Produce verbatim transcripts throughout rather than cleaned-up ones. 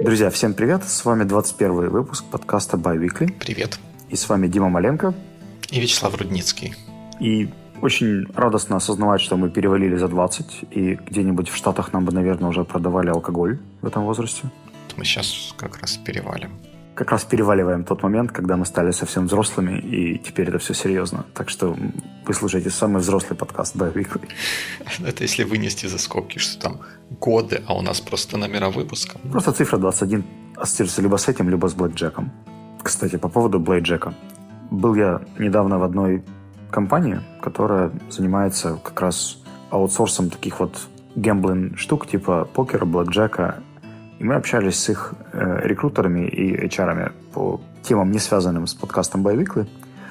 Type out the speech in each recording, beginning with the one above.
Друзья, всем привет! С вами двадцать первый выпуск подкаста Bi-Weekly. Привет. И с вами Дима Маленко. И Вячеслав Рудницкий. И очень радостно осознавать, что мы перевалили за двадцать, и где-нибудь в Штатах нам бы, наверное, уже продавали алкоголь в этом возрасте. Мы сейчас как раз перевалим. Как раз переваливаем тот момент, когда мы стали совсем взрослыми, и теперь это все серьезно. Так что вы слушаете самый взрослый подкаст Bi-Weekly. Это если вынести за скобки, что там годы, а у нас просто номера выпуска. Просто цифра двадцать один ассоциируется либо с этим, либо с блэкджеком. Кстати, по поводу блэкджека. Был я недавно в одной компании, которая занимается как раз аутсорсом таких вот гэмблинг штук, типа покера, блэкджека. И мы общались с их э, рекрутерами и эйч ар-ами по темам, не связанным с подкастом Bi-Weekly.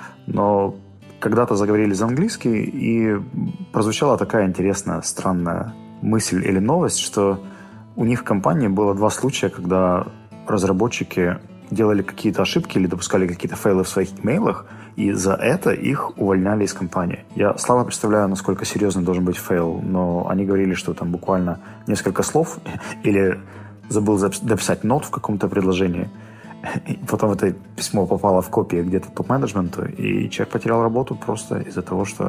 Но когда-то заговорили за английский, и прозвучала такая интересная, странная мысль или новость, что у них в компании было два случая, когда разработчики делали какие-то ошибки или допускали какие-то фейлы в своих имейлах, и за это их увольняли из компании. Я слабо представляю, насколько серьезный должен быть фейл, но они говорили, что там буквально несколько слов или забыл дописать нот в каком-то предложении. И потом это письмо попало в копии где-то топ-менеджменту, и человек потерял работу просто из-за того, что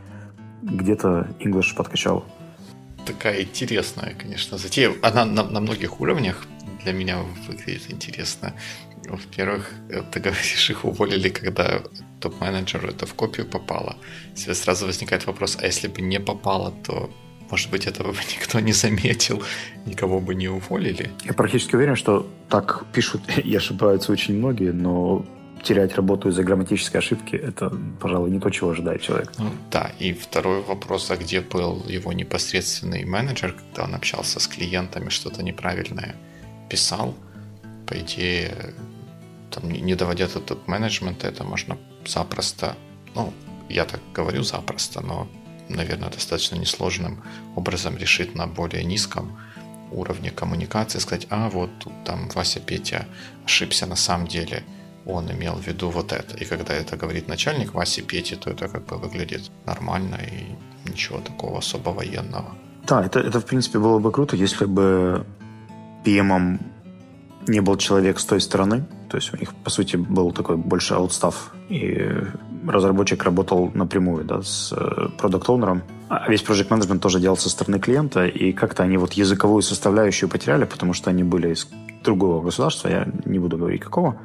где-то English подкачал. Такая интересная, конечно, затея. Она на, на многих уровнях для меня выглядит интересно. Во-первых, ты говоришь, их уволили, когда топ-менеджеру это в копию попало. Сразу возникает вопрос, а если бы не попало, то может быть, этого бы никто не заметил, никого бы не уволили. Я практически уверен, что так пишут и ошибаются очень многие, но терять работу из-за грамматической ошибки – это, пожалуй, не то, чего ожидает человек. Ну, да, и второй вопрос, а где был его непосредственный менеджер, когда он общался с клиентами, что-то неправильное писал? По идее, там, не доводя до топ-менеджмента, это можно запросто, ну, я так говорю запросто, но наверное, достаточно несложным образом решить на более низком уровне коммуникации, сказать, а вот тут там Вася Петя ошибся, на самом деле он имел в виду вот это. И когда это говорит начальник Васи Пети, то это как бы выглядит нормально и ничего такого особо военного. Да, это, это в принципе было бы круто, если бы пи эм не был человек с той стороны. То есть у них, по сути, был такой больше аутстаф, и разработчик работал напрямую, да, с продакт-оунером. А весь project management тоже делал со стороны клиента, и как-то они вот языковую составляющую потеряли, потому что они были из другого государства, я не буду говорить какого.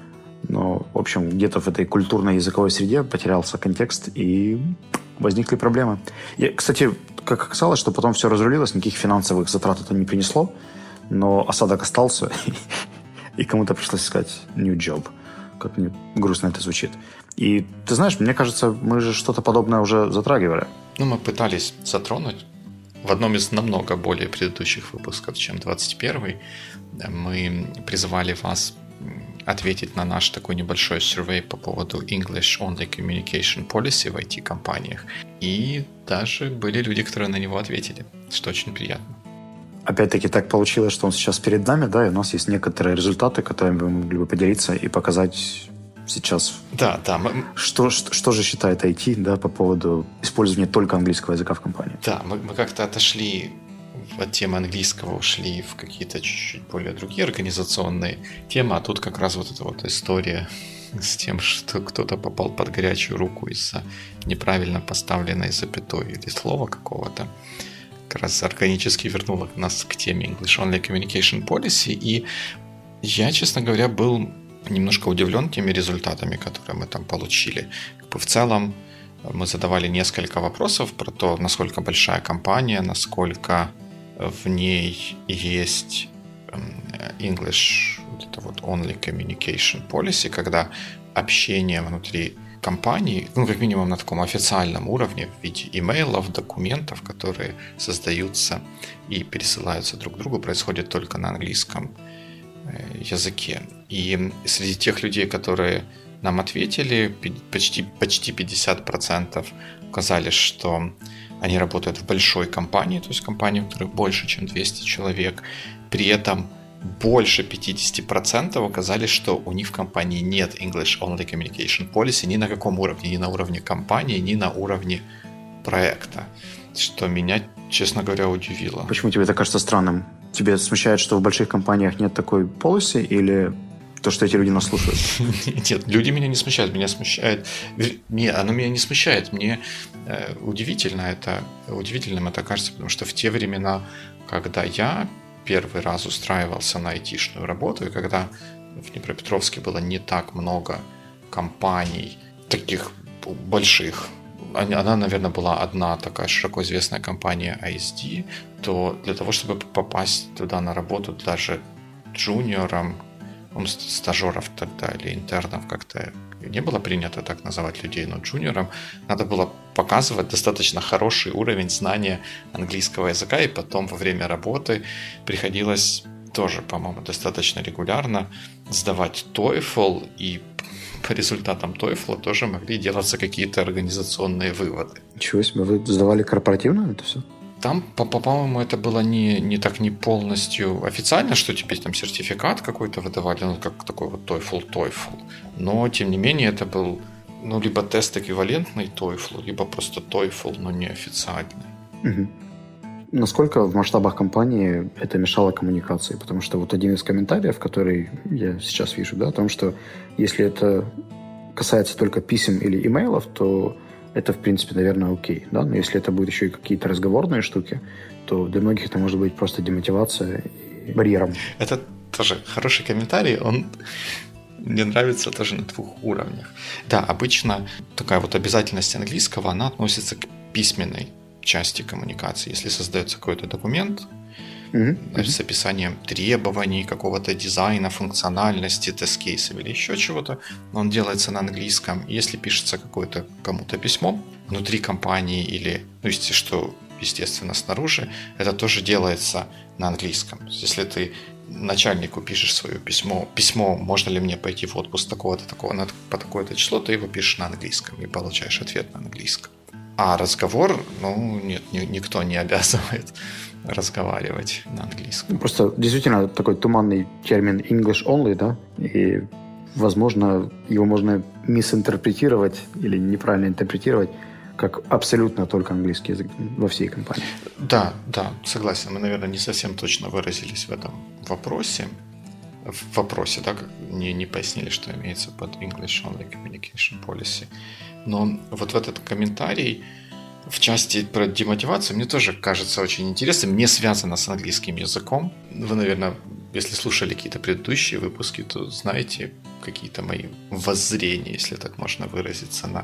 Но, в общем, где-то в этой культурной языковой среде потерялся контекст, и возникли проблемы. И, кстати, как оказалось, что потом все разрулилось, никаких финансовых затрат это не принесло, но осадок остался, и кому-то пришлось искать new job. Как мне грустно это звучит. И ты знаешь, мне кажется, мы же что-то подобное уже затрагивали. Ну, мы пытались затронуть. В одном из намного более предыдущих выпусков, чем двадцать первый, мы призывали вас ответить на наш такой небольшой survey по поводу English Only Communication Policy в ай ти-компаниях. И даже были люди, которые на него ответили, что очень приятно. Опять-таки так получилось, что он сейчас перед нами, да, и у нас есть некоторые результаты, которыми мы могли бы поделиться и показать сейчас. Да, да. Мы... Что, что, что же считает ай ти, да, по поводу использования только английского языка в компании? Да, мы, мы как-то отошли от темы английского, ушли в какие-то чуть-чуть более другие организационные темы, а тут как раз вот эта вот история с тем, что кто-то попал под горячую руку из-за неправильно поставленной запятой или слова какого-то. Как раз органически вернула нас к теме English Only Communication Policy, и я, честно говоря, был немножко удивлен теми результатами, которые мы там получили. В целом мы задавали несколько вопросов про то, насколько большая компания, насколько в ней есть English вот это вот Only Communication Policy, когда общение внутри компании, ну, как минимум на таком официальном уровне в виде имейлов, документов, которые создаются и пересылаются друг другу, происходит только на английском языке. И среди тех людей, которые нам ответили, почти, почти пятьдесят процентов указали, что они работают в большой компании, то есть компании, у которых больше, чем двести человек. При этом больше пятьдесят процентов указали, что у них в компании нет English Only Communication Policy ни на каком уровне, ни на уровне компании, ни на уровне проекта. Что меня, честно говоря, удивило. Почему тебе это кажется странным? Тебя смущает, что в больших компаниях нет такой policy, или то, что эти люди нас слушают? Нет, люди меня не смущают. Меня смущает... Не, оно меня не смущает. Мне э, удивительно это, удивительным это кажется, потому что в те времена, когда я первый раз устраивался на айтишную работу, и когда в Днепропетровске было не так много компаний, таких больших, она, наверное, была одна такая широко известная компания ай эс ди, то для того, чтобы попасть туда на работу даже джуниором, стажеров тогда или интернов, как-то не было принято так называть людей, но джуниором надо было показывать достаточно хороший уровень знания английского языка, и потом во время работы приходилось тоже, по-моему, достаточно регулярно сдавать TOEFL, и по результатам TOEFL тоже могли делаться какие-то организационные выводы. Ничего себе, вы сдавали корпоративно это все? Там, по-моему, это было не, не так не полностью официально, что тебе там сертификат какой-то выдавали, ну, как такой вот TOEFL, TOEFL. Но, тем не менее, это был ну, либо тест эквивалентный TOEFL, либо просто TOEFL, но не официальный. Угу. Насколько в масштабах компании это мешало коммуникации? Потому что вот один из комментариев, который я сейчас вижу, да, о том, что если это касается только писем или имейлов, то это, в принципе, наверное, окей, да, но если это будут еще и какие-то разговорные штуки, то для многих это может быть просто демотивация и барьером. Это тоже хороший комментарий, он мне нравится тоже на двух уровнях. Да, обычно такая вот обязательность английского, она относится к письменной части коммуникации. Если создается какой-то документ, mm-hmm. с описанием требований, какого-то дизайна, функциональности, тест-кейсов или еще чего-то, он делается на английском. Если пишется какое-то кому-то письмо внутри компании или, ну, если что, естественно, снаружи, это тоже делается на английском. Если ты начальнику пишешь свое письмо, письмо, можно ли мне пойти в отпуск такого-то, такого, по такое-то число, ты его пишешь на английском и получаешь ответ на английском. А разговор, ну, нет, никто не обязывает разговаривать на английском. Просто действительно такой туманный термин English only, да, и, возможно, его можно мисинтерпретировать или неправильно интерпретировать как абсолютно только английский язык во всей компании. Да, да, согласен. Мы, наверное, не совсем точно выразились в этом вопросе. В вопросе, да, не, не пояснили, что имеется под English only communication policy. Но вот в этот комментарий в части про демотивацию мне тоже кажется очень интересным, не связано с английским языком. Вы, наверное, если слушали какие-то предыдущие выпуски, то знаете какие-то мои воззрения, если так можно выразиться, на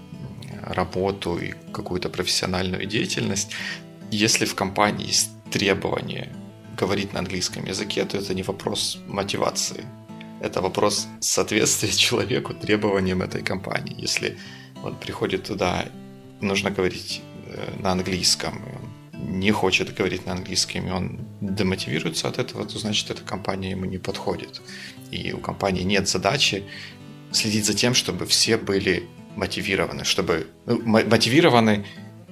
работу и какую-то профессиональную деятельность. Если в компании есть требование говорить на английском языке, то это не вопрос мотивации. Это вопрос соответствия человеку требованиям этой компании. Если он приходит туда, нужно говорить на английском, он не хочет говорить на английском, и он демотивируется от этого, то значит, эта компания ему не подходит. И у компании нет задачи следить за тем, чтобы все были мотивированы, чтобы ну, мотивированы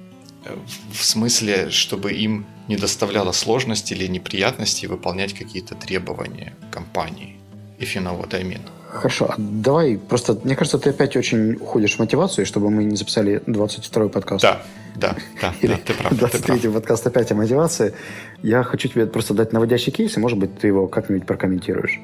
в смысле, чтобы им не доставляло сложности или неприятностей выполнять какие-то требования компании. If you know what I mean. Хорошо, давай просто, мне кажется, ты опять очень уходишь в мотивацию, чтобы мы не записали двадцать второй подкаст. Да, да, да, или да, ты прав. двадцать третий подкаст опять о мотивации. Я хочу тебе просто дать наводящий кейс, и, может быть, ты его как-нибудь прокомментируешь.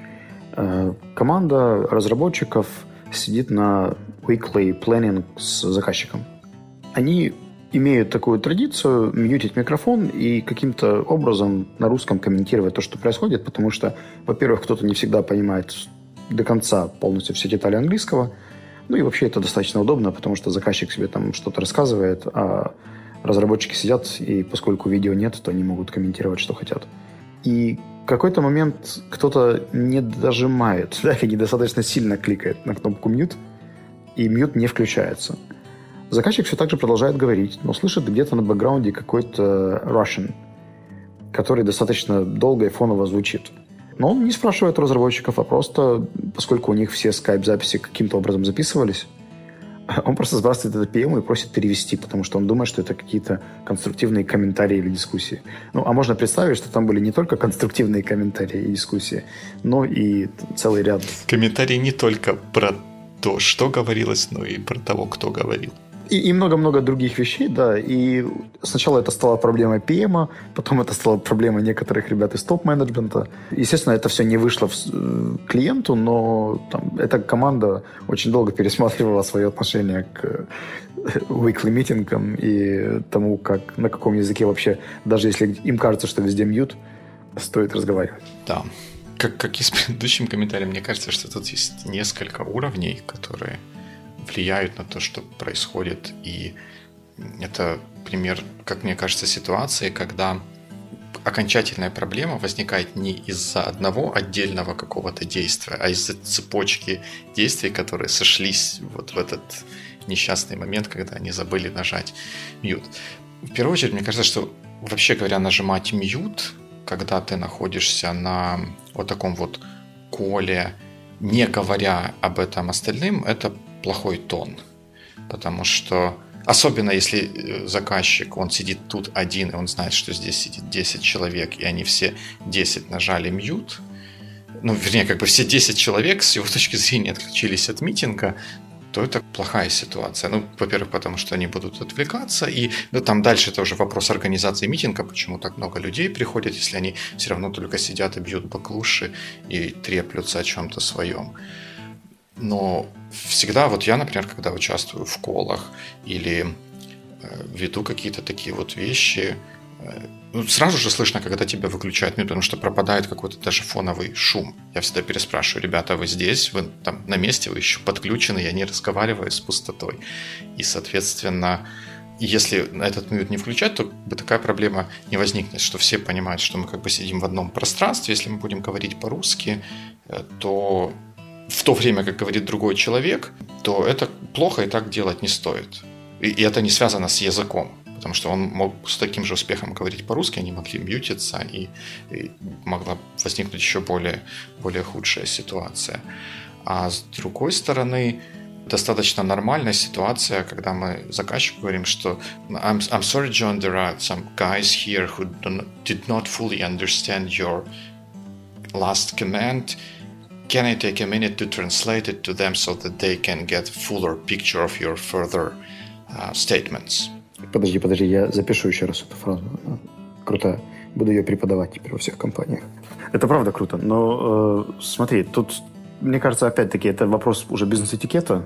Команда разработчиков сидит на weekly planning с заказчиком. Они имеют такую традицию мьютить микрофон и каким-то образом на русском комментировать то, что происходит, потому что, во-первых, кто-то не всегда понимает до конца полностью все детали английского, ну и вообще это достаточно удобно, потому что заказчик себе там что-то рассказывает, а разработчики сидят, и поскольку видео нет, то они могут комментировать, что хотят. И в какой-то момент кто-то не дожимает, да, или недостаточно сильно кликает на кнопку mute, и mute не включается. Заказчик все так же продолжает говорить, но слышит где-то на бэкграунде какой-то Russian, который достаточно долго и фоново звучит. Но он не спрашивает у разработчиков, а просто, поскольку у них все скайп-записи каким-то образом записывались, он просто сбрасывает это пи эм и просит перевести, потому что он думает, что это какие-то конструктивные комментарии или дискуссии. Ну, а можно представить, что там были не только конструктивные комментарии и дискуссии, но и целый ряд... Комментарии не только про то, что говорилось, но и про того, кто говорил. И, и много-много других вещей, да. И сначала это стало проблемой пи эм, потом это стало проблемой некоторых ребят из топ-менеджмента. Естественно, это все не вышло в, к клиенту, но там, эта команда очень долго пересматривала свое отношение к weekly митингам и тому, как, на каком языке вообще, даже если им кажется, что везде мьют, стоит разговаривать. Да. Как, как и с предыдущим комментарием, мне кажется, что тут есть несколько уровней, которые влияют на то, что происходит. И это пример, как мне кажется, ситуации, когда окончательная проблема возникает не из-за одного отдельного какого-то действия, а из-за цепочки действий, которые сошлись вот в этот несчастный момент, когда они забыли нажать mute. В первую очередь, мне кажется, что вообще говоря, нажимать mute, когда ты находишься на вот таком вот коле, не говоря об этом остальным, это плохой тон. Потому что, особенно если заказчик, он сидит тут один, и он знает, что здесь сидит десять человек, и они все десять нажали mute, ну, вернее, как бы все десять человек с его точки зрения отключились от митинга, то это плохая ситуация. Ну, во-первых, потому что они будут отвлекаться, и ну, там дальше это уже вопрос организации митинга, почему так много людей приходят, если они все равно только сидят и бьют баклуши и треплются о чем-то своем. Но всегда, вот я, например, когда участвую в колах или э, веду какие-то такие вот вещи, э, ну, сразу же слышно, когда тебя выключают мьют, потому что пропадает какой-то даже фоновый шум. Я всегда переспрашиваю: ребята, вы здесь, вы там на месте, вы еще подключены, я не разговариваю с пустотой. И, соответственно, если этот мьют не включать, то такая проблема не возникнет, что все понимают, что мы как бы сидим в одном пространстве. Если мы будем говорить по-русски, то в то время, как говорит другой человек, то это плохо, и так делать не стоит. И, и это не связано с языком, потому что он мог с таким же успехом говорить по-русски, они могли мьютиться, и, и могла возникнуть еще более, более худшая ситуация. А с другой стороны, достаточно нормальная ситуация, когда мы заказчику говорим, что I'm, I'm sorry, John, there are some guys here who did not fully understand your last command. Can I take a minute to translate it to them so that they can get fuller picture of your further uh, statements? Подожди, подожди, я запишу еще раз эту фразу. Круто. Буду ее преподавать теперь во всех компаниях. Это правда круто, но э, смотри, тут, мне кажется, опять-таки, это вопрос уже бизнес-этикета.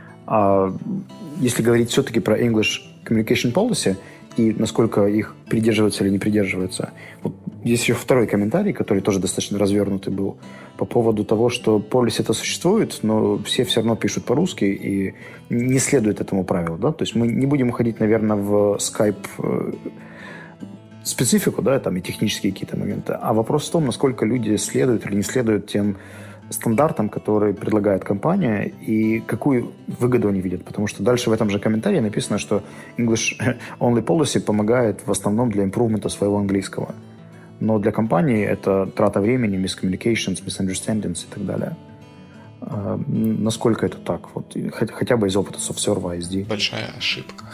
А если говорить все-таки про English Communication Policy и насколько их придерживаются или не придерживаются. Вот есть еще второй комментарий, который тоже достаточно развернутый был, по поводу того, что policy это существует, но все все равно пишут по-русски и не следуют этому правилу. Да? То есть мы не будем уходить, наверное, в Skype специфику, да, там и технические какие-то моменты, а вопрос в том, насколько люди следуют или не следуют тем стандартам, которые предлагает компания, и какую выгоду они видят. Потому что дальше в этом же комментарии написано, что English Only Policy помогает в основном для импрувмента своего английского. Но для компании это трата времени, miscommunications, misunderstandings и так далее. А, насколько это так? Вот, хотя бы из опыта SoftServe, ай эс ди. Большая ошибка.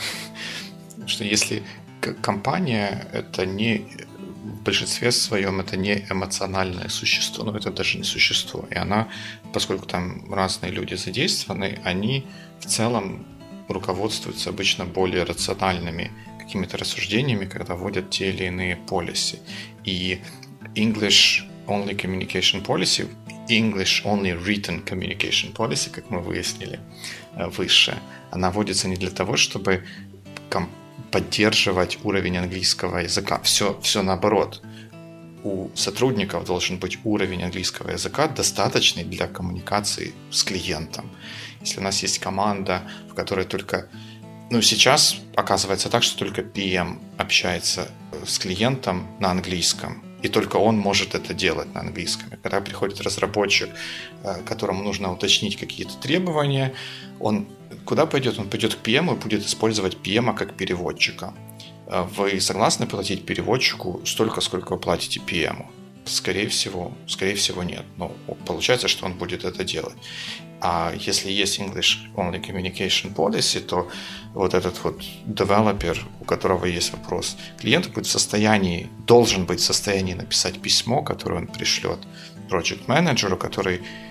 Что если компания это не... в большинстве своем это не эмоциональное существо, но это даже не существо. И она, поскольку там разные люди задействованы, они в целом руководствуются обычно более рациональными какими-то рассуждениями, когда вводят те или иные policy. И English Only Communication Policy, English Only Written Communication Policy, как мы выяснили выше, она вводится не для того, чтобы компания поддерживать уровень английского языка. Все, все наоборот. У сотрудников должен быть уровень английского языка достаточный для коммуникации с клиентом. Если у нас есть команда, в которой только... Ну, сейчас оказывается так, что только пи эм общается с клиентом на английском, и только он может это делать на английском. И когда приходит разработчик, которому нужно уточнить какие-то требования, он куда пойдет? Он пойдет к пи эм и будет использовать пи эм как переводчика. Вы согласны платить переводчику столько, сколько вы платите пи эм? Скорее всего, скорее всего нет. Но получается, что он будет это делать. А если есть English Only Communication Policy, то вот этот вот девелопер, у которого есть вопрос, клиент будет в состоянии, должен быть в состоянии написать письмо, которое он пришлет project менеджеру, который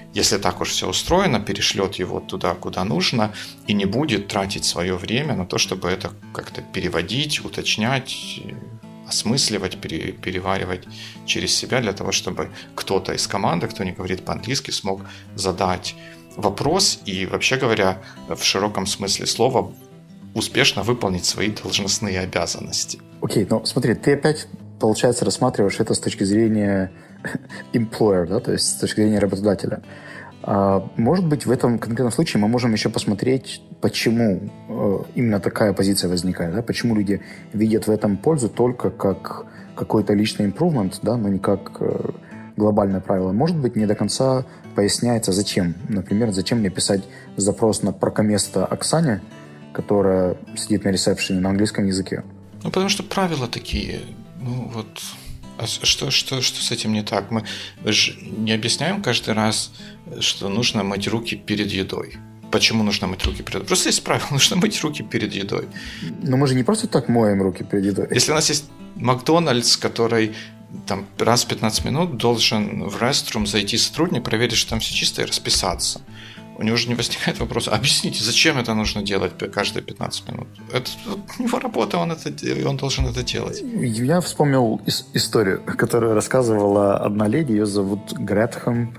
если так уж все устроено, перешлет его туда, куда нужно, и не будет тратить свое время на то, чтобы это как-то переводить, уточнять, осмысливать, пере, переваривать через себя, для того, чтобы кто-то из команды, кто не говорит по-английски, смог задать вопрос и, вообще говоря, в широком смысле слова, успешно выполнить свои должностные обязанности. Окей, okay, ну смотри, ты опять, получается, рассматриваешь это с точки зрения employer, да, то есть с точки зрения работодателя. А, может быть, в этом конкретном случае мы можем еще посмотреть, почему э, именно такая позиция возникает, да, почему люди видят в этом пользу только как какой-то личный improvement, да, но не как э, глобальное правило. Может быть, не до конца поясняется, зачем. Например, зачем мне писать запрос на паркоместо Оксане, которая сидит на ресепшене на английском языке. Ну, потому что правила такие. Ну, вот... А что, что, что с этим не так? Мы же не объясняем каждый раз, что нужно мыть руки перед едой. Почему нужно мыть руки перед едой? Просто есть правило, нужно мыть руки перед едой. Но мы же не просто так моем руки перед едой. Если у нас есть Макдональдс, который там, раз в пятнадцать минут должен в реструм зайти сотрудник, проверить, что там все чисто, и расписаться. У него же не возникает вопроса: объясните, зачем это нужно делать каждые пятнадцать минут? Это его работа, он, это, он должен это делать. Я вспомнил ис- историю, которую рассказывала одна леди, ее зовут Гретхем...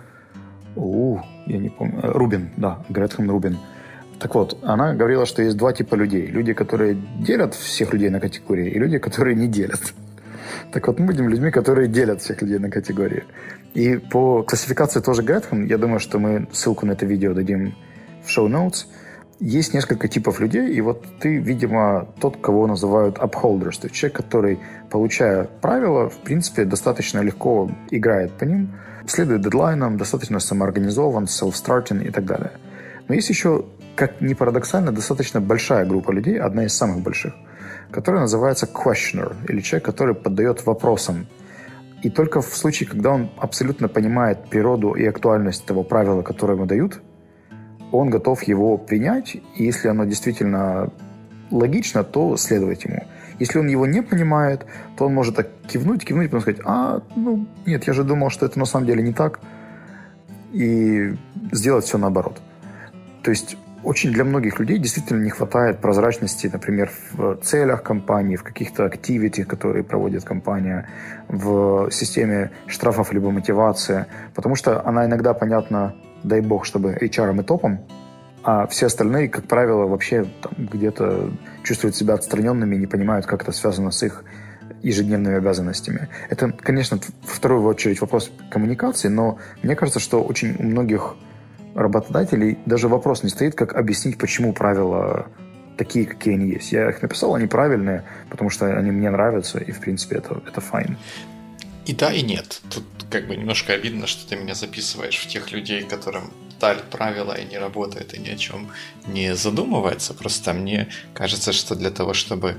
У, я не помню. Рубин, да, Гретхем Рубин. Так вот, она говорила, что есть два типа людей. Люди, которые делят всех людей на категории, и люди, которые не делят. Так вот, мы будем людьми, которые делят всех людей на категории. И по классификации тоже Гретхен, я думаю, что мы ссылку на это видео дадим в шоу-ноутс, есть несколько типов людей, и вот ты, видимо, тот, кого называют upholders, то есть человек, который, получая правила, в принципе, достаточно легко играет по ним, следует дедлайнам, достаточно самоорганизован, self-starting и так далее. Но есть еще, как ни парадоксально, достаточно большая группа людей, одна из самых больших, которая называется questioner, или человек, который поддает вопросам. И только в случае, когда он абсолютно понимает природу и актуальность того правила, которое ему дают, он готов его принять, и если оно действительно логично, то следовать ему. Если он его не понимает, то он может так кивнуть, кивнуть, и потом сказать: а, ну, нет, я же думал, что это на самом деле не так, и сделать все наоборот. То есть очень для многих людей действительно не хватает прозрачности, например, в целях компании, в каких-то активити, которые проводит компания, в системе штрафов либо мотивации, потому что она иногда понятна, дай бог, чтобы эйч ар и топом, а все остальные, как правило, вообще там где-то чувствуют себя отстраненными и не понимают, как это связано с их ежедневными обязанностями. Это, конечно, в вторую очередь вопрос коммуникации, но мне кажется, что очень у многих работодателей даже вопрос не стоит, как объяснить, почему правила такие, какие они есть. Я их написал, они правильные, потому что они мне нравятся, и, в принципе, это, это fine. И да, и нет. Тут как бы немножко обидно, что ты меня записываешь в тех людей, которым дали правила и не работает, и ни о чем не задумывается. Просто мне кажется, что для того, чтобы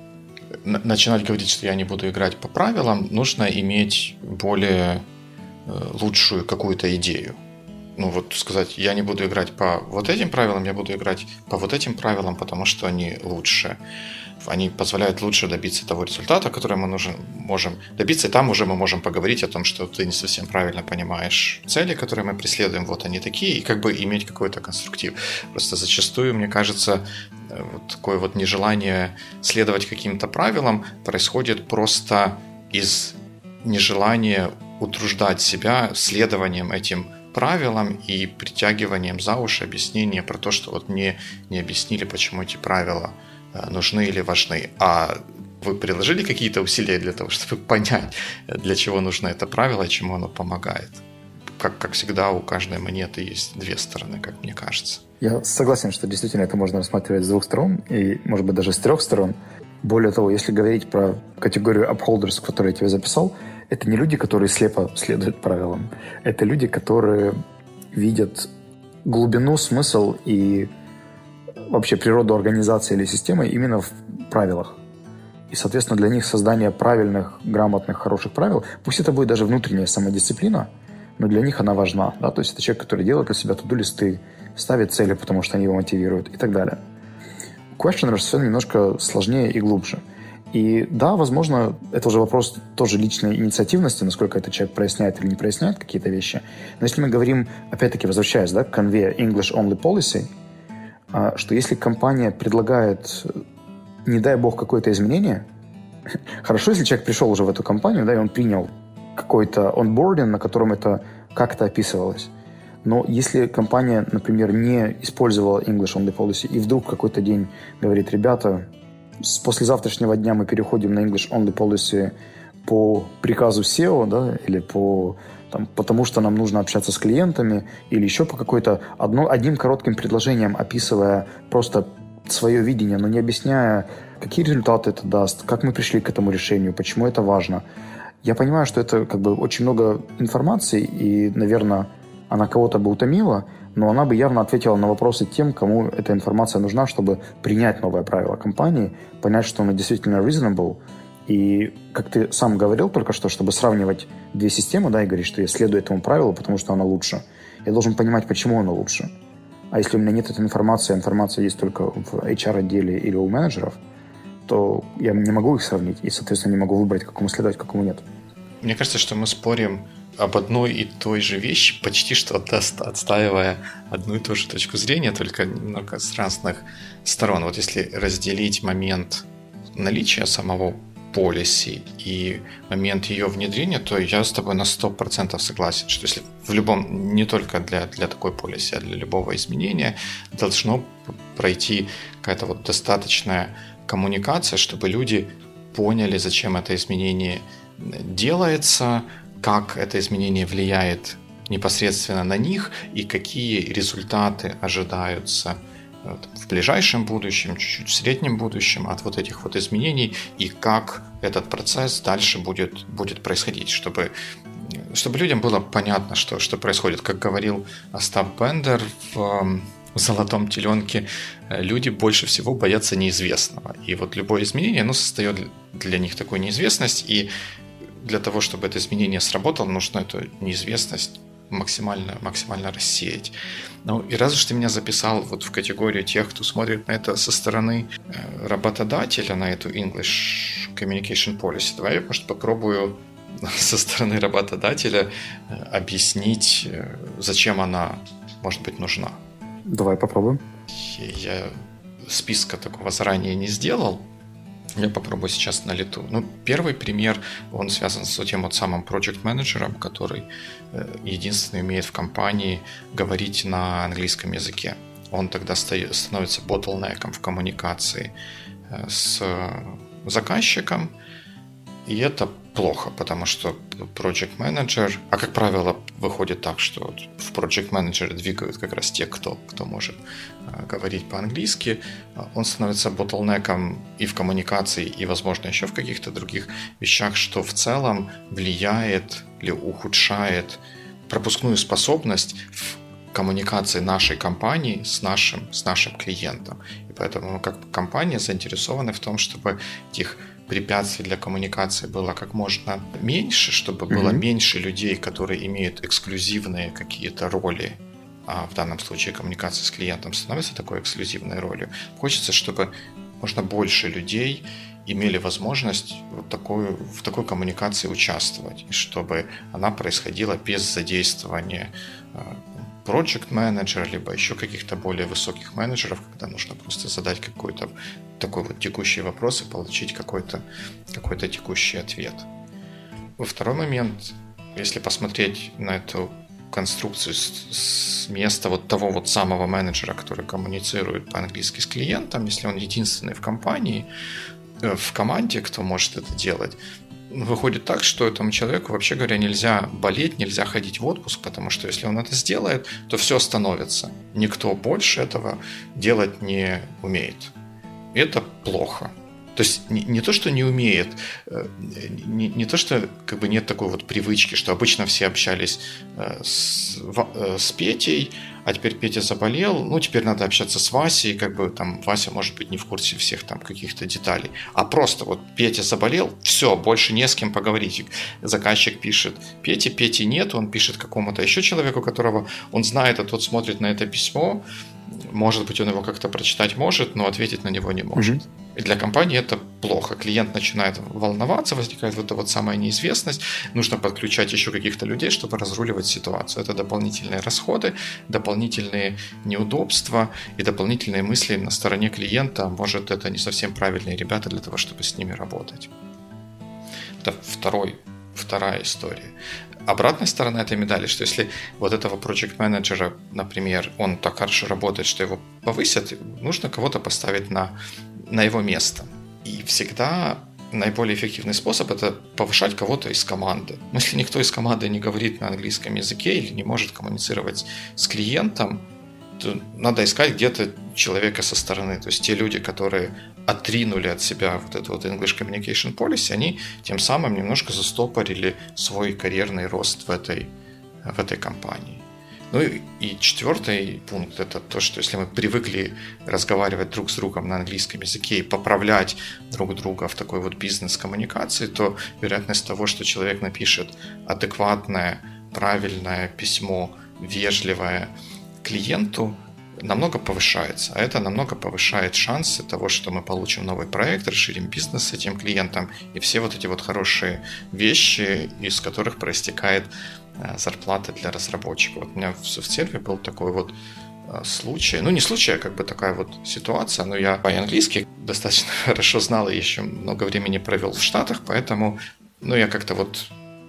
начинать говорить, что я не буду играть по правилам, нужно иметь более лучшую какую-то идею. Ну вот сказать: я не буду играть по вот этим правилам, я буду играть по вот этим правилам, потому что они лучше. Они позволяют лучше добиться того результата, который мы нужен, можем добиться. И там уже мы можем поговорить о том, что ты не совсем правильно понимаешь цели, которые мы преследуем. Вот они такие. И как бы иметь какой-то конструктив. Просто зачастую, мне кажется, вот такое вот нежелание следовать каким-то правилам происходит просто из нежелания утруждать себя следованием этим правилам и притягиванием за уши объяснения про то, что вот мне не объяснили, почему эти правила нужны или важны. А вы приложили какие-то усилия для того, чтобы понять, для чего нужно это правило и чему оно помогает? Как, как всегда, у каждой монеты есть две стороны, как мне кажется. Я согласен, что действительно это можно рассматривать с двух сторон, и, может быть, даже с трех сторон. Более того, если говорить про категорию upholders, которую я тебе записал, это не люди, которые слепо следуют правилам. Это люди, которые видят глубину, смысл и вообще природу организации или системы именно в правилах. И, соответственно, для них создание правильных, грамотных, хороших правил, пусть это будет даже внутренняя самодисциплина, но для них она важна. Да? То есть это человек, который делает для себя туду-листы, ставит цели, потому что они его мотивируют и так далее. У questioners все немножко сложнее и глубже. И да, возможно, это уже вопрос тоже личной инициативности, насколько этот человек проясняет или не проясняет какие-то вещи. Но если мы говорим, опять-таки, возвращаясь, да, к конве English Only Policy, что если компания предлагает, не дай бог, какое-то изменение, хорошо, если человек пришел уже в эту компанию, да, и он принял какой-то онбординг, на котором это как-то описывалось. Но если компания, например, не использовала English Only Policy и вдруг в какой-то день говорит: ребята, с послезавтрашнего дня мы переходим на English Only Policy по приказу сео, да, или по, там, потому что нам нужно общаться с клиентами, или еще по какой-то одно, одним коротким предложением, описывая просто свое видение, но не объясняя, какие результаты это даст, как мы пришли к этому решению, почему это важно. Я понимаю, что это как бы очень много информации, и, наверное, она кого-то бы утомила, но она бы явно ответила на вопросы тем, кому эта информация нужна, чтобы принять новое правило компании, понять, что оно действительно reasonable. И, как ты сам говорил только что, чтобы сравнивать две системы, да, и говорить, что я следую этому правилу, потому что оно лучше, я должен понимать, почему оно лучше. А если у меня нет этой информации, а информация есть только в эйч ар-отделе или у менеджеров, то я не могу их сравнить и, соответственно, не могу выбрать, какому следовать, какому нет. Мне кажется, что мы спорим об одной и той же вещи, почти что отстаивая одну и ту же точку зрения, только немного с разных сторон. Вот если разделить момент наличия самого policy и момент ее внедрения, то я с тобой на сто процентов согласен, что если в любом, не только для, для такой policy, а для любого изменения должно пройти какая-то вот достаточная коммуникация, чтобы люди поняли, зачем это изменение делается, как это изменение влияет непосредственно на них и какие результаты ожидаются в ближайшем будущем, чуть-чуть в среднем будущем от вот этих вот изменений и как этот процесс дальше будет, будет происходить, чтобы, чтобы людям было понятно, что, что происходит. Как говорил Остап Бендер в в «Золотом теленке», люди больше всего боятся неизвестного. И вот любое изменение, оно создает для них такую неизвестность, и для того, чтобы это изменение сработало, нужно эту неизвестность максимально, максимально рассеять. Ну и раз уж ты меня записал вот в категорию тех, кто смотрит на это со стороны работодателя, на эту English Communication Policy, давай я, может, попробую со стороны работодателя объяснить, зачем она, может быть, нужна. Давай попробуем. Я списка такого заранее не сделал. Я попробую сейчас на лету. Ну, первый пример, он связан с тем вот самым проект-менеджером, который единственный умеет в компании говорить на английском языке. Он тогда становится ботлнеком в коммуникации с заказчиком, и это плохо, потому что project manager, а как правило выходит так, что в project manager двигают как раз те, кто, кто может э, говорить по-английски, он становится ботлнеком и в коммуникации, и, возможно, еще в каких-то других вещах, что в целом влияет или ухудшает пропускную способность в коммуникации нашей компании с нашим, с нашим клиентом. И поэтому мы как компания заинтересованы в том, чтобы этих препятствий для коммуникации было как можно меньше, чтобы mm-hmm. было меньше людей, которые имеют эксклюзивные какие-то роли, а в данном случае коммуникация с клиентом становится такой эксклюзивной ролью. Хочется, чтобы можно больше людей имели возможность вот такую, в такой коммуникации участвовать, и чтобы она происходила без задействования project менеджера, либо еще каких-то более высоких менеджеров, когда нужно просто задать какой-то такой вот текущий вопрос и получить какой-то, какой-то текущий ответ. Во второй момент, если посмотреть на эту конструкцию с, с места вот того вот самого менеджера, который коммуницирует по-английски с клиентом, если он единственный в компании, в команде, кто может это делать, выходит так, что этому человеку, вообще говоря, нельзя болеть, нельзя ходить в отпуск, потому что если он это сделает, то все остановится. Никто больше этого делать не умеет. И это плохо. То есть не, не то, что не умеет, не, не то, что как бы нет такой вот привычки, что обычно все общались с, с Петей, а теперь Петя заболел, ну теперь надо общаться с Васей, как бы там Вася может быть не в курсе всех там каких-то деталей, а просто вот Петя заболел, все, больше не с кем поговорить. Заказчик пишет Пете, Пети нет, он пишет какому-то еще человеку, которого он знает, а тот смотрит на это письмо, может быть, он его как-то прочитать может, но ответить на него не может. Mm-hmm. И для компании это плохо. Клиент начинает волноваться, возникает вот эта вот самая неизвестность. Нужно подключать еще каких-то людей, чтобы разруливать ситуацию. Это дополнительные расходы, дополнительные неудобства и дополнительные мысли на стороне клиента. Может, это не совсем правильные ребята для того, чтобы с ними работать. Это второй, вторая история. Обратная сторона этой медали, что если вот этого проект-менеджера, например, он так хорошо работает, что его повысят, нужно кого-то поставить на, на его место. И всегда наиболее эффективный способ – это повышать кого-то из команды. Но если никто из команды не говорит на английском языке или не может коммуницировать с клиентом, то надо искать где-то человека со стороны. То есть те люди, которые отринули от себя вот эту вот English Communication Policy, они тем самым немножко застопорили свой карьерный рост в этой, в этой компании. Ну и, и четвертый пункт – это то, что если мы привыкли разговаривать друг с другом на английском языке и поправлять друг друга в такой вот бизнес-коммуникации, то вероятность того, что человек напишет адекватное, правильное письмо, вежливое клиенту, намного повышается. А это намного повышает шансы того, что мы получим новый проект, расширим бизнес с этим клиентом и все вот эти вот хорошие вещи, из которых проистекает зарплата для разработчиков. Вот у меня в софтсерве был такой вот случай, ну не случай, а как бы такая вот ситуация, но я по-английски достаточно хорошо знал и еще много времени провел в Штатах, поэтому ну, я как-то вот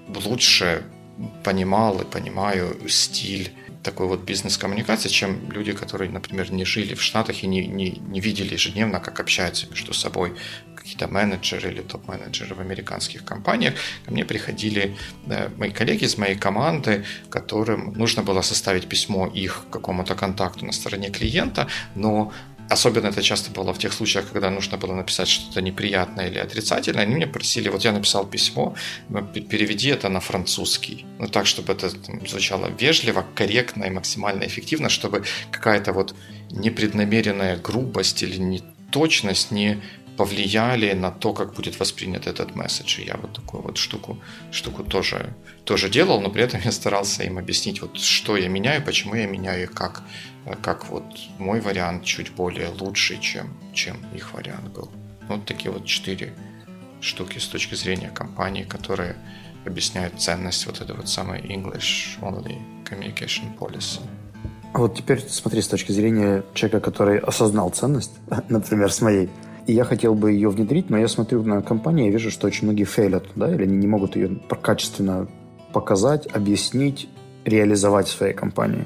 лучше понимал и понимаю стиль такой вот бизнес-коммуникации, чем люди, которые, например, не жили в Штатах и не, не, не видели ежедневно, как общаются между собой какие-то менеджеры или топ-менеджеры в американских компаниях. Ко мне приходили да, мои коллеги из моей команды, которым нужно было составить письмо их какому-то контакту на стороне клиента, но особенно это часто было в тех случаях, когда нужно было написать что-то неприятное или отрицательное. Они меня просили, вот я написал письмо, переведи это на французский. Ну так, чтобы это там, звучало вежливо, корректно и максимально эффективно, чтобы какая-то вот непреднамеренная грубость или неточность не повлияли на то, как будет воспринят этот месседж. И я вот такую вот штуку, штуку тоже, тоже делал, но при этом я старался им объяснить, вот, что я меняю, почему я меняю и как, как вот мой вариант чуть более лучший, чем, чем их вариант был. Вот такие вот четыре штуки с точки зрения компании, которые объясняют ценность вот этой вот самой English Only Communication Policy. А вот теперь смотри, с точки зрения человека, который осознал ценность, например, с моей, и я хотел бы ее внедрить, но я смотрю на компании и вижу, что очень многие фейлят, да, или они не могут ее качественно показать, объяснить, реализовать в своей компании.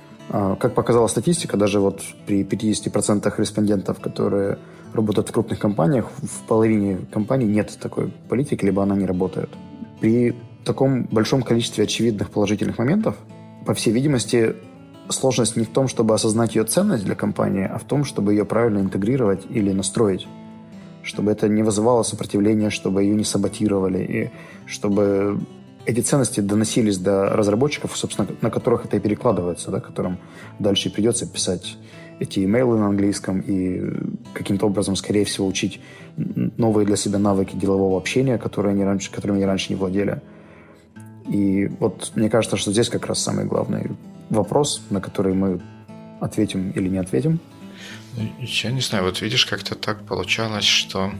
Как показала статистика, даже вот при пятидесяти процентах респондентов, которые работают в крупных компаниях, в половине компаний нет такой политики, либо она не работает. При таком большом количестве очевидных положительных моментов, по всей видимости, сложность не в том, чтобы осознать ее ценность для компании, а в том, чтобы ее правильно интегрировать или настроить. Чтобы это не вызывало сопротивления, чтобы ее не саботировали, и чтобы эти ценности доносились до разработчиков, собственно, на которых это и перекладывается, да, которым дальше придется писать эти имейлы на английском и каким-то образом, скорее всего, учить новые для себя навыки делового общения, которые они раньше, которыми они раньше не владели. И вот мне кажется, что здесь как раз самый главный вопрос, на который мы ответим или не ответим. Я не знаю, вот видишь, как-то так получалось, что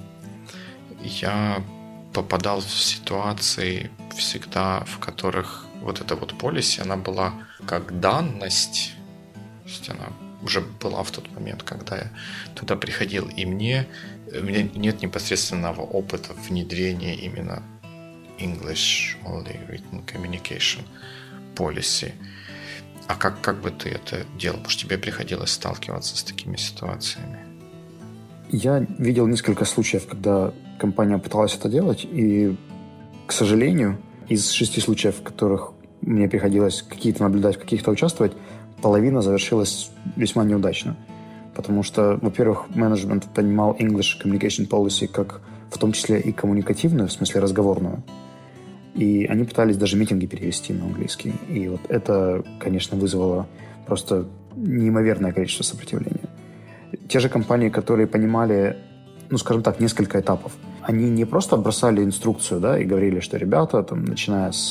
я попадал в ситуации всегда, в которых вот эта вот policy, она была как данность, то есть она уже была в тот момент, когда я туда приходил, и мне, у меня нет непосредственного опыта внедрения именно English Only Written Communication Policy. А как, как бы ты это делал? Потому что тебе приходилось сталкиваться с такими ситуациями. Я видел несколько случаев, когда компания пыталась это делать, и, к сожалению, из шести случаев, в которых мне приходилось какие-то наблюдать, в каких-то участвовать, половина завершилась весьма неудачно. Потому что, во-первых, менеджмент понимал English Communication Policy как в том числе и коммуникативную, в смысле разговорную. И они пытались даже митинги перевести на английский. И вот это, конечно, вызвало просто неимоверное количество сопротивления. Те же компании, которые понимали, ну, скажем так, несколько этапов, они не просто бросали инструкцию, да, и говорили, что ребята, там, начиная с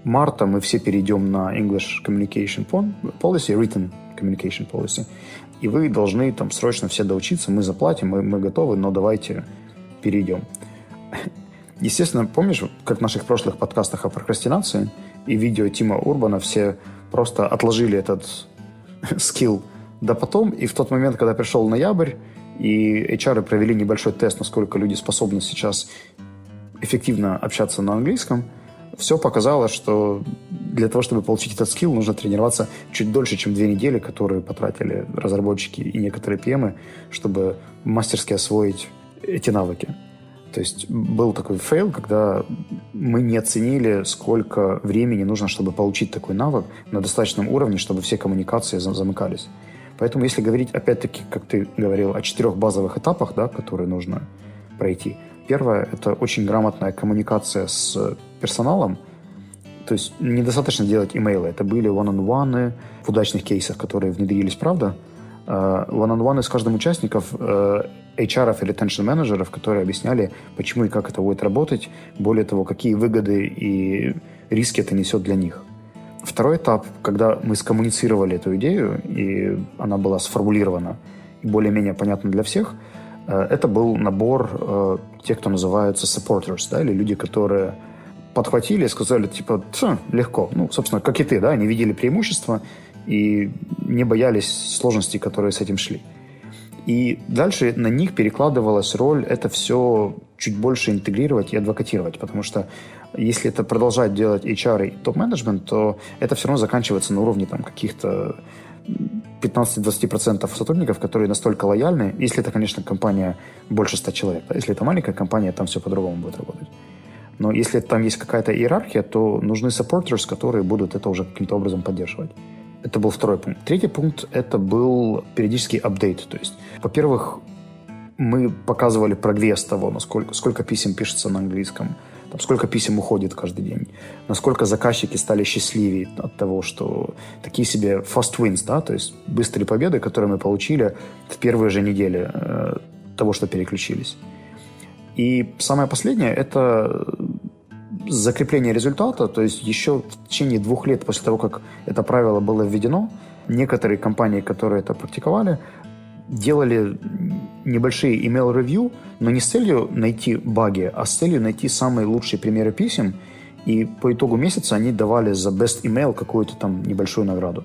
марта мы все перейдем на English Communication Policy, Written Communication Policy, и вы должны там срочно все доучиться, мы заплатим, мы, мы готовы, но давайте перейдем. Естественно, помнишь, как в наших прошлых подкастах о прокрастинации и видео Тима Урбана все просто отложили этот скилл до потом, и в тот момент, когда пришел ноябрь, и эйч ар провели небольшой тест, насколько люди способны сейчас эффективно общаться на английском, все показало, что для того, чтобы получить этот скилл, нужно тренироваться чуть дольше, чем две недели, которые потратили разработчики и некоторые пи эм, чтобы мастерски освоить эти навыки. То есть был такой фейл, когда мы не оценили, сколько времени нужно, чтобы получить такой навык на достаточном уровне, чтобы все коммуникации замыкались. Поэтому, если говорить, опять-таки, как ты говорил, о четырех базовых этапах, да, которые нужно пройти. Первое – это очень грамотная коммуникация с персоналом. То есть недостаточно делать имейлы. Это были one-on-one в удачных кейсах, которые внедрились, правда. One-on-one с каждым участником эйч ар-ов и ретеншн-менеджеров, которые объясняли, почему и как это будет работать. Более того, какие выгоды и риски это несет для них. Второй этап, когда мы скоммуницировали эту идею, и она была сформулирована и более-менее понятна для всех, это был набор тех, кто называется supporters, да, или люди, которые подхватили и сказали, типа, легко. Ну, собственно, как и ты, да, они видели преимущества и не боялись сложностей, которые с этим шли. И дальше на них перекладывалась роль это все чуть больше интегрировать и адвокатировать, потому что если это продолжать делать эйч ар и топ-менеджмент, то это все равно заканчивается на уровне там, каких-то пятнадцать-двадцать процентов сотрудников, которые настолько лояльны, если это, конечно, компания больше ста человек. Да? Если это маленькая компания, там все по-другому будет работать. Но если там есть какая-то иерархия, то нужны supporters, которые будут это уже каким-то образом поддерживать. Это был второй пункт. Третий пункт – это был периодический апдейт. То есть, во-первых, мы показывали прогресс того, насколько, сколько писем пишется на английском, там, сколько писем уходит каждый день, насколько заказчики стали счастливее от того, что такие себе fast wins, да, то есть быстрые победы, которые мы получили в первые же недели э, того, что переключились. И самое последнее – это закрепление результата, то есть еще в течение двух лет после того, как это правило было введено, некоторые компании, которые это практиковали, делали небольшие email review, но не с целью найти баги, а с целью найти самые лучшие примеры писем, и по итогу месяца они давали за best email какую-то там небольшую награду.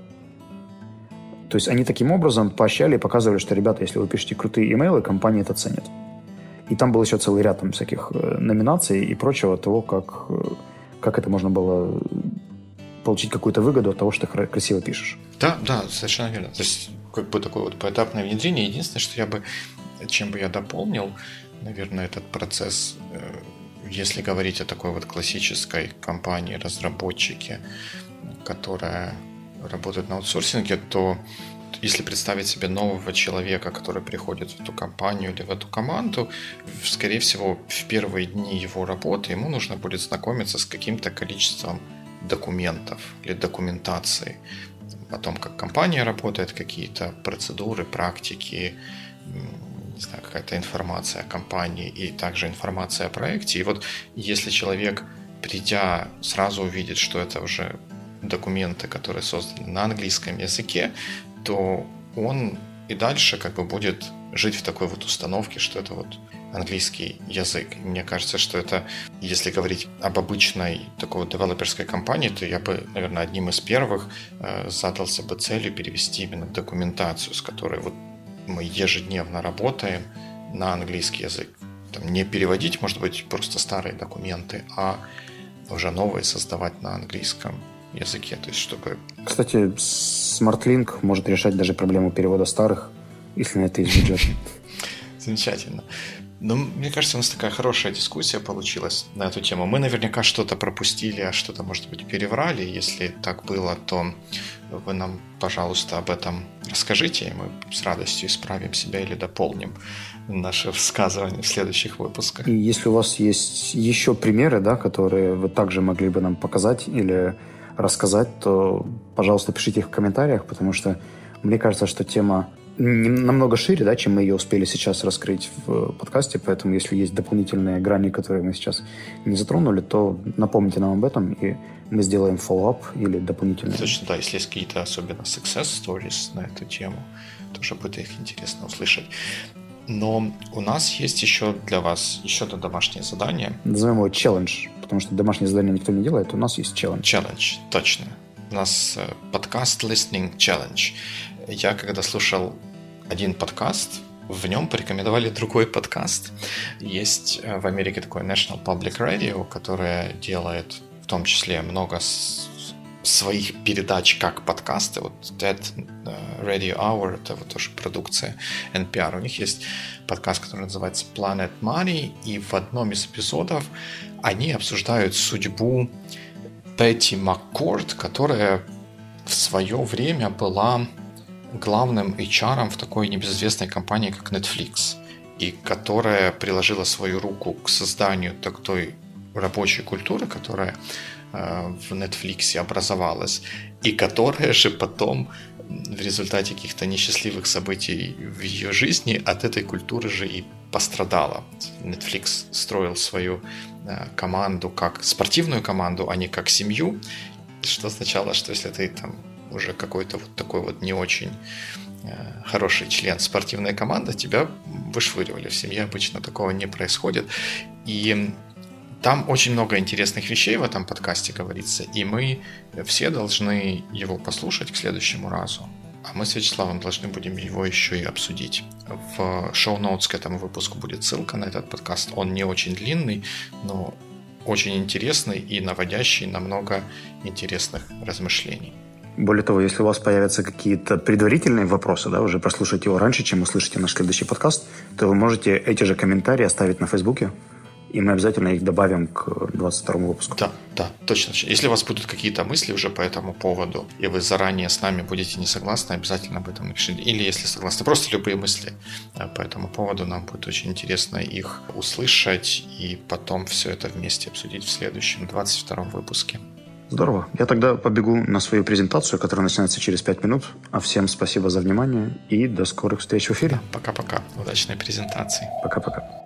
То есть они таким образом поощряли и показывали, что, ребята, если вы пишете крутые имейлы, компания это ценит. И там был еще целый ряд там, всяких номинаций и прочего, того, как, как это можно было получить какую-то выгоду от того, что ты красиво пишешь. Да, да, совершенно верно. То есть как бы такое вот поэтапное внедрение. Единственное, что я бы, чем бы я дополнил, наверное, этот процесс, если говорить о такой вот классической компании, разработчике, которая работает на аутсорсинге, то если представить себе нового человека, который приходит в эту компанию или в эту команду, скорее всего, в первые дни его работы ему нужно будет знакомиться с каким-то количеством документов или документации о том, как компания работает, какие-то процедуры, практики, не знаю, какая-то информация о компании и также информация о проекте. И вот если человек, придя, сразу увидит, что это уже документы, которые созданы на английском языке, то он и дальше как бы будет жить в такой вот установке, что это вот английский язык. И мне кажется, что это, если говорить об обычной такой вот девелоперской компании, то я бы, наверное, одним из первых э, задался бы целью перевести именно документацию, с которой вот мы ежедневно работаем, на английский язык. Там, не переводить, может быть, просто старые документы, а уже новые создавать на английском языке, то есть чтобы... Кстати, SmartLink может решать даже проблему перевода старых, если на это есть бюджет. Замечательно. Ну, мне кажется, у нас такая хорошая дискуссия получилась на эту тему. Мы наверняка что-то пропустили, а что-то, может быть, переврали. Если так было, то вы нам, пожалуйста, об этом расскажите, и мы с радостью исправим себя или дополним наше высказывание в следующих выпусках. И если у вас есть еще примеры, да, которые вы также могли бы нам показать или рассказать, то, пожалуйста, пишите их в комментариях, потому что мне кажется, что тема намного шире, да, чем мы ее успели сейчас раскрыть в подкасте, поэтому если есть дополнительные грани, которые мы сейчас не затронули, то напомните нам об этом, и мы сделаем follow-up или дополнительные. Точно, да, если есть какие-то особенно success stories на эту тему, тоже будет их интересно услышать. Но у нас есть еще для вас еще одно домашнее задание. Назовем его челлендж, потому что домашнее задание никто не делает, у нас есть челлендж. Челлендж, точно. У нас подкаст Listening Challenge. Я когда слушал один подкаст, в нем порекомендовали другой подкаст. Есть в Америке такой National Public Radio, которое делает в том числе много своих передач как подкасты. Вот That Radio Hour, это вот тоже продукция эн пи ар. У них есть подкаст, который называется Planet Money, и в одном из эпизодов они обсуждают судьбу Пэтти Маккорд, которая в свое время была главным эйч ар в такой небезызвестной компании, как Netflix, и которая приложила свою руку к созданию такой рабочей культуры, которая э, в Netflix образовалась, и которая же потом в результате каких-то несчастливых событий в ее жизни от этой культуры же и пострадала. Netflix строил свою э, команду как спортивную команду, а не как семью, что означало, что если ты там уже какой-то вот такой вот не очень э, хороший член спортивной команды, тебя вышвыривали. В семье обычно такого не происходит. И там очень много интересных вещей в этом подкасте говорится, и мы все должны его послушать к следующему разу. А мы с Вячеславом должны будем его еще и обсудить. В шоу-ноутс к этому выпуску будет ссылка на этот подкаст. Он не очень длинный, но очень интересный и наводящий на много интересных размышлений. Более того, если у вас появятся какие-то предварительные вопросы, да, уже прослушать его раньше, чем услышите наш следующий подкаст, то вы можете эти же комментарии оставить на Фейсбуке, и мы обязательно их добавим к двадцать второму выпуску. Да, да, точно. Если у вас будут какие-то мысли уже по этому поводу, и вы заранее с нами будете не согласны, обязательно об этом напишите. Или если согласны, просто любые мысли по этому поводу, нам будет очень интересно их услышать и потом все это вместе обсудить в следующем двадцать втором выпуске. Здорово. Я тогда побегу на свою презентацию, которая начинается через пять минут. А всем спасибо за внимание и до скорых встреч в эфире. Пока-пока. Удачной презентации. Пока-пока.